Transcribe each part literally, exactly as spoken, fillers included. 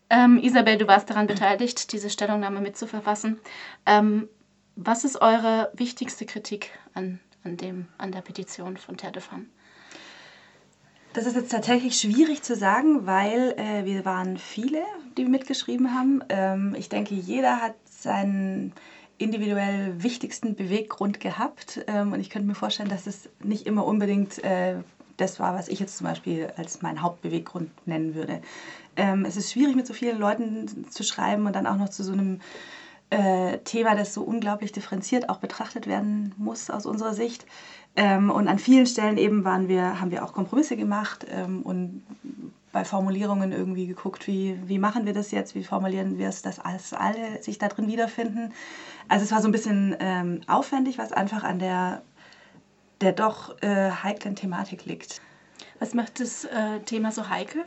Ähm, Isabel, du warst daran beteiligt, diese Stellungnahme mitzuverfassen. Ähm, was ist eure wichtigste Kritik an, an, dem, an der Petition von Terre de Femmes? Das ist jetzt tatsächlich schwierig zu sagen, weil äh, wir waren viele, die mitgeschrieben haben. Ähm, ich denke, jeder hat seinen individuell wichtigsten Beweggrund gehabt. Ähm, und ich könnte mir vorstellen, dass es nicht immer unbedingt äh, das war, was ich jetzt zum Beispiel als meinen Hauptbeweggrund nennen würde. Ähm, es ist schwierig, mit so vielen Leuten zu schreiben und dann auch noch zu so einem äh, Thema, das so unglaublich differenziert auch betrachtet werden muss aus unserer Sicht. Ähm, und an vielen Stellen eben waren wir, haben wir auch Kompromisse gemacht ähm, und bei Formulierungen irgendwie geguckt, wie, wie machen wir das jetzt, wie formulieren wir es, dass alles, alle sich da drin wiederfinden. Also es war so ein bisschen ähm, aufwendig, was einfach an der, der doch äh, heiklen Thematik liegt. Was macht das äh, Thema so heikel?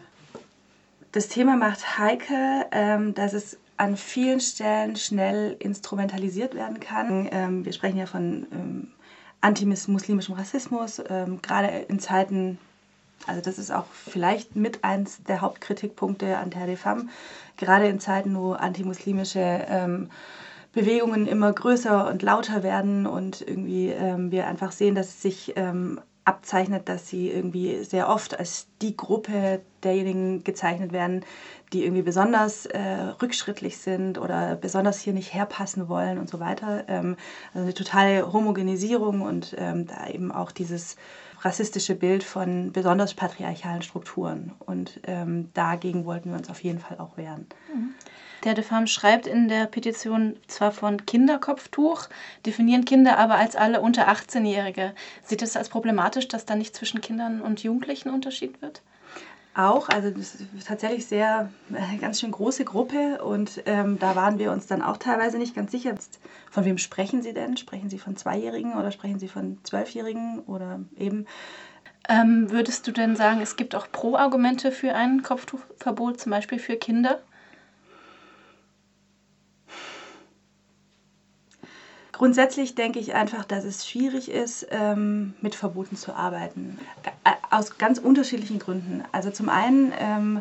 Das Thema macht heikel, ähm, dass es an vielen Stellen schnell instrumentalisiert werden kann. Ähm, wir sprechen ja von ähm, antimuslimischem Rassismus, ähm, gerade in Zeiten, also das ist auch vielleicht mit eins der Hauptkritikpunkte an Terre de Femmes, gerade in Zeiten, wo antimuslimische ähm, Bewegungen immer größer und lauter werden und irgendwie ähm, wir einfach sehen, dass es sich ähm, abzeichnet, dass sie irgendwie sehr oft als die Gruppe derjenigen gezeichnet werden, die irgendwie besonders äh, rückschrittlich sind oder besonders hier nicht herpassen wollen und so weiter. Ähm, also eine totale Homogenisierung und ähm, da eben auch dieses rassistische Bild von besonders patriarchalen Strukturen. Und ähm, dagegen wollten wir uns auf jeden Fall auch wehren. Mhm. Terre de Femmes schreibt in der Petition zwar von Kinderkopftuch, definieren Kinder aber als alle unter achtzehn-Jährige. Sieht es als problematisch, dass da nicht zwischen Kindern und Jugendlichen unterschieden wird? Auch, also das ist tatsächlich sehr, äh, ganz schön große Gruppe und ähm, da waren wir uns dann auch teilweise nicht ganz sicher. Von wem sprechen Sie denn? Sprechen Sie von Zweijährigen oder sprechen Sie von Zwölfjährigen oder eben? Ähm, würdest du denn sagen, es gibt auch Pro-Argumente für ein Kopftuchverbot, zum Beispiel für Kinder? Grundsätzlich denke ich einfach, dass es schwierig ist, ähm, mit Verboten zu arbeiten. Aus ganz unterschiedlichen Gründen. Also zum einen, ähm,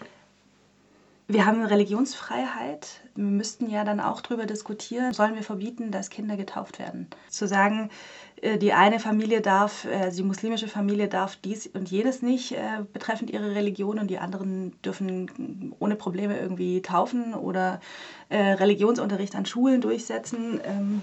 wir haben Religionsfreiheit. Wir müssten ja dann auch darüber diskutieren, sollen wir verbieten, dass Kinder getauft werden. Zu sagen, äh, die eine Familie darf, äh, die muslimische Familie darf dies und jenes nicht äh, betreffend ihre Religion und die anderen dürfen ohne Probleme irgendwie taufen oder äh, Religionsunterricht an Schulen durchsetzen, ähm,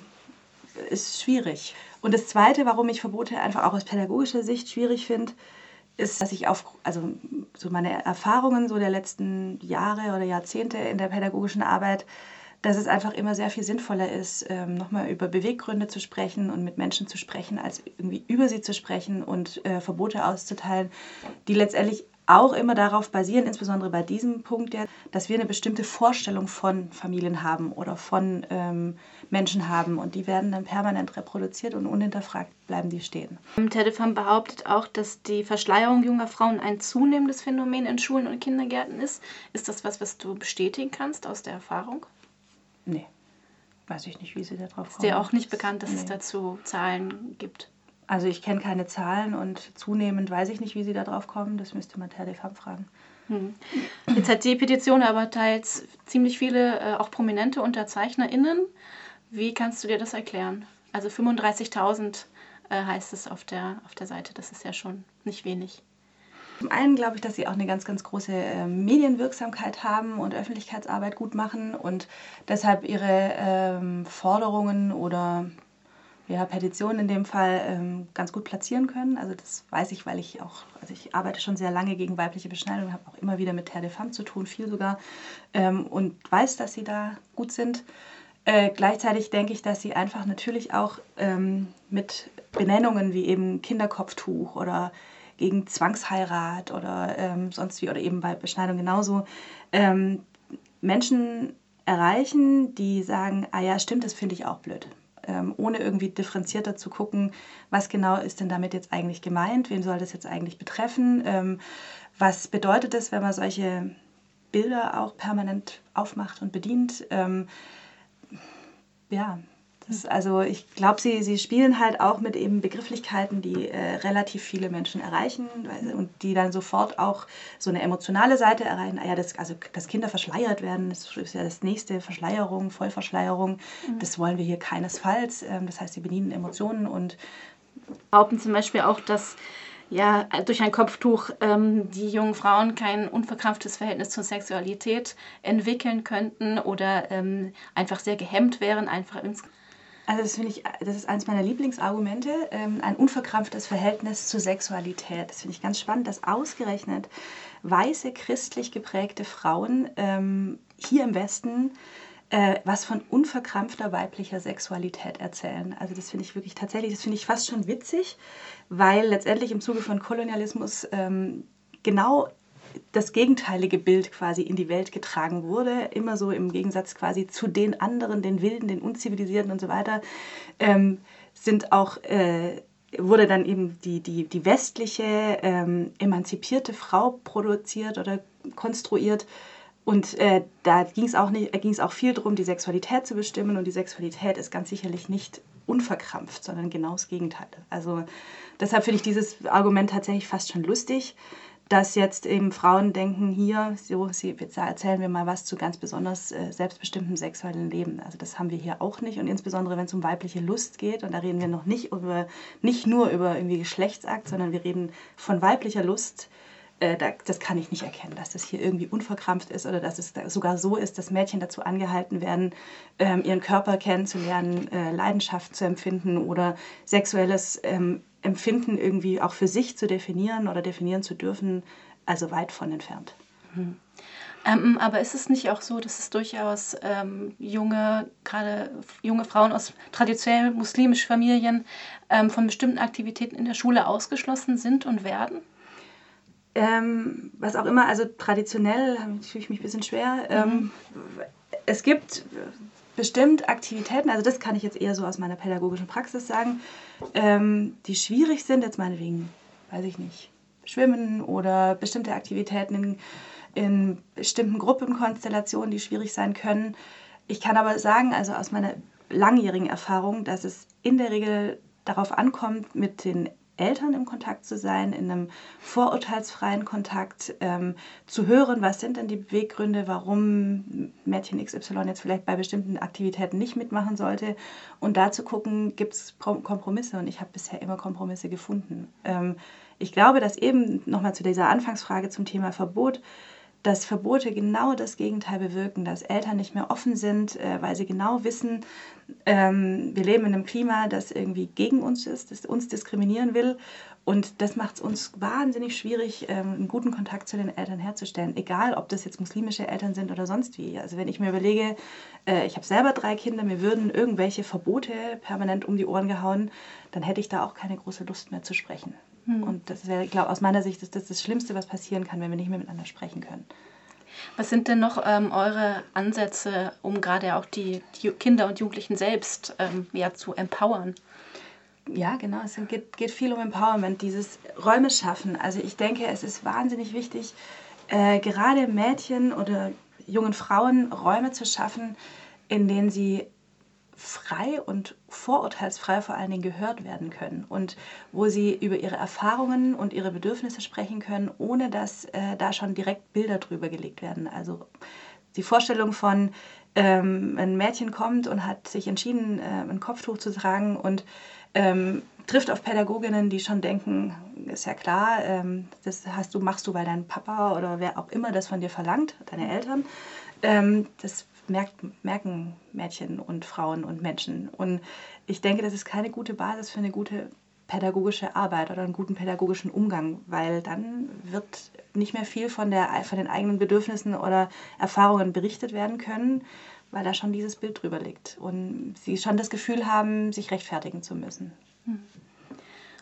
ist schwierig. Und das Zweite, warum ich Verbote einfach auch aus pädagogischer Sicht schwierig finde, ist, dass ich auf, also so meine Erfahrungen so der letzten Jahre oder Jahrzehnte in der pädagogischen Arbeit, dass es einfach immer sehr viel sinnvoller ist, ähm, nochmal über Beweggründe zu sprechen und mit Menschen zu sprechen, als irgendwie über sie zu sprechen und äh, Verbote auszuteilen, die letztendlich auch immer darauf basieren, insbesondere bei diesem Punkt, ja, dass wir eine bestimmte Vorstellung von Familien haben oder von ähm, Menschen haben und die werden dann permanent reproduziert und unhinterfragt bleiben die stehen. Terre de Femmes behauptet auch, dass die Verschleierung junger Frauen ein zunehmendes Phänomen in Schulen und Kindergärten ist. Ist das was, was du bestätigen kannst aus der Erfahrung? Nee, weiß ich nicht, wie sie da drauf kommen. Ist dir auch nicht bekannt, dass nee. es dazu Zahlen gibt? Also ich kenne keine Zahlen und zunehmend weiß ich nicht, wie sie da drauf kommen. Das müsste man Terre de Femmes fragen. Hm. Jetzt hat die Petition aber teils ziemlich viele, äh, auch prominente UnterzeichnerInnen. Wie kannst du dir das erklären? Also fünfunddreißigtausend äh, heißt es auf der, auf der Seite. Das ist ja schon nicht wenig. Zum einen glaube ich, dass sie auch eine ganz, ganz große äh, Medienwirksamkeit haben und Öffentlichkeitsarbeit gut machen und deshalb ihre ähm, Forderungen oder ja, Petitionen in dem Fall ähm, ganz gut platzieren können. Also das weiß ich, weil ich auch, also ich arbeite schon sehr lange gegen weibliche Beschneidung, habe auch immer wieder mit Terre de Femmes zu tun, viel sogar, ähm, und weiß, dass sie da gut sind. Äh, gleichzeitig denke ich, dass sie einfach natürlich auch ähm, mit Benennungen wie eben Kinderkopftuch oder gegen Zwangsheirat oder ähm, sonst wie, oder eben bei Beschneidung genauso, ähm, Menschen erreichen, die sagen, ah ja, stimmt, das finde ich auch blöd. Ähm, ohne irgendwie differenzierter zu gucken, was genau ist denn damit jetzt eigentlich gemeint, wen soll das jetzt eigentlich betreffen, ähm, was bedeutet es, wenn man solche Bilder auch permanent aufmacht und bedient. Ähm, ja, Das ist also, ich glaube, sie, sie spielen halt auch mit eben Begrifflichkeiten, die äh, relativ viele Menschen erreichen und die dann sofort auch so eine emotionale Seite erreichen. Ah ja, das, also, dass Kinder verschleiert werden, das ist ja das nächste, Verschleierung, Vollverschleierung. Mhm. Das wollen wir hier keinesfalls. Ähm, das heißt, sie bedienen Emotionen und behaupten zum Beispiel auch, dass ja, durch ein Kopftuch ähm, die jungen Frauen kein unverkrampftes Verhältnis zur Sexualität entwickeln könnten oder ähm, einfach sehr gehemmt wären, einfach ins Also das finde ich, das ist eines meiner Lieblingsargumente, ähm, ein unverkrampftes Verhältnis zur Sexualität. Das finde ich ganz spannend, dass ausgerechnet weiße, christlich geprägte Frauen ähm, hier im Westen äh, was von unverkrampfter weiblicher Sexualität erzählen. Also das finde ich wirklich tatsächlich, das finde ich fast schon witzig, weil letztendlich im Zuge von Kolonialismus ähm, genau das gegenteilige Bild quasi in die Welt getragen wurde, immer so im Gegensatz quasi zu den anderen, den Wilden, den Unzivilisierten und so weiter, ähm, sind auch, äh, wurde dann eben die, die, die westliche, ähm, emanzipierte Frau produziert oder konstruiert. Und äh, da ging es auch, nicht, ging's auch viel darum, die Sexualität zu bestimmen. Und die Sexualität ist ganz sicherlich nicht unverkrampft, sondern genau das Gegenteil. Also deshalb finde ich dieses Argument tatsächlich fast schon lustig, dass jetzt eben Frauen denken, hier, so, sie, jetzt erzählen wir mal was zu ganz besonders äh, selbstbestimmtem sexuellen Leben. Also das haben wir hier auch nicht. Und insbesondere, wenn es um weibliche Lust geht, und da reden wir noch nicht, über, nicht nur über irgendwie Geschlechtsakt, sondern wir reden von weiblicher Lust, äh, da, das kann ich nicht erkennen, dass das hier irgendwie unverkrampft ist oder dass es da sogar so ist, dass Mädchen dazu angehalten werden, ähm, ihren Körper kennenzulernen, äh, Leidenschaft zu empfinden oder sexuelles ähm, Empfinden irgendwie auch für sich zu definieren oder definieren zu dürfen, also weit von entfernt. Mhm. Ähm, aber ist es nicht auch so, dass es durchaus ähm, junge, gerade junge Frauen aus traditionell muslimischen Familien ähm, von bestimmten Aktivitäten in der Schule ausgeschlossen sind und werden? Ähm, was auch immer, also traditionell fühle ich mich ein bisschen schwer. Mhm. Ähm, es gibt bestimmt Aktivitäten, also das kann ich jetzt eher so aus meiner pädagogischen Praxis sagen, ähm, die schwierig sind, jetzt meinetwegen, weiß ich nicht, Schwimmen oder bestimmte Aktivitäten in, in bestimmten Gruppenkonstellationen, die schwierig sein können. Ich kann aber sagen, also aus meiner langjährigen Erfahrung, dass es in der Regel darauf ankommt, mit den Eltern im Kontakt zu sein, in einem vorurteilsfreien Kontakt, ähm, zu hören, was sind denn die Beweggründe, warum Mädchen X Y jetzt vielleicht bei bestimmten Aktivitäten nicht mitmachen sollte und da zu gucken, gibt es Kompromisse und ich habe bisher immer Kompromisse gefunden. Ähm, ich glaube, dass eben nochmal zu dieser Anfangsfrage zum Thema Verbot, dass Verbote genau das Gegenteil bewirken, dass Eltern nicht mehr offen sind, äh, weil sie genau wissen, ähm, wir leben in einem Klima, das irgendwie gegen uns ist, das uns diskriminieren will und das macht es uns wahnsinnig schwierig, ähm, einen guten Kontakt zu den Eltern herzustellen, egal ob das jetzt muslimische Eltern sind oder sonst wie. Also wenn ich mir überlege, äh, ich habe selber drei Kinder, mir würden irgendwelche Verbote permanent um die Ohren gehauen, dann hätte ich da auch keine große Lust mehr zu sprechen. Und das wäre, ich glaube, aus meiner Sicht ist das das Schlimmste, was passieren kann, wenn wir nicht mehr miteinander sprechen können. Was sind denn noch ähm, eure Ansätze, um gerade auch die, die Kinder und Jugendlichen selbst ähm, ja, zu empowern? Ja, genau, es geht, geht viel um Empowerment, dieses Räume schaffen. Also ich denke, es ist wahnsinnig wichtig, äh, gerade Mädchen oder jungen Frauen Räume zu schaffen, in denen sie frei und vorurteilsfrei vor allen Dingen gehört werden können und wo sie über ihre Erfahrungen und ihre Bedürfnisse sprechen können, ohne dass äh, da schon direkt Bilder drüber gelegt werden. Also die Vorstellung von, ähm, ein Mädchen kommt und hat sich entschieden, äh, ein Kopftuch zu tragen und ähm, trifft auf Pädagoginnen, die schon denken, ist ja klar, ähm, das hast du, machst du, weil dein Papa oder wer auch immer das von dir verlangt, deine Eltern. Ähm, das merkt, merken Mädchen und Frauen und Menschen. Und ich denke, das ist keine gute Basis für eine gute pädagogische Arbeit oder einen guten pädagogischen Umgang, weil dann wird nicht mehr viel von, der, von den eigenen Bedürfnissen oder Erfahrungen berichtet werden können, weil da schon dieses Bild drüber liegt und sie schon das Gefühl haben, sich rechtfertigen zu müssen.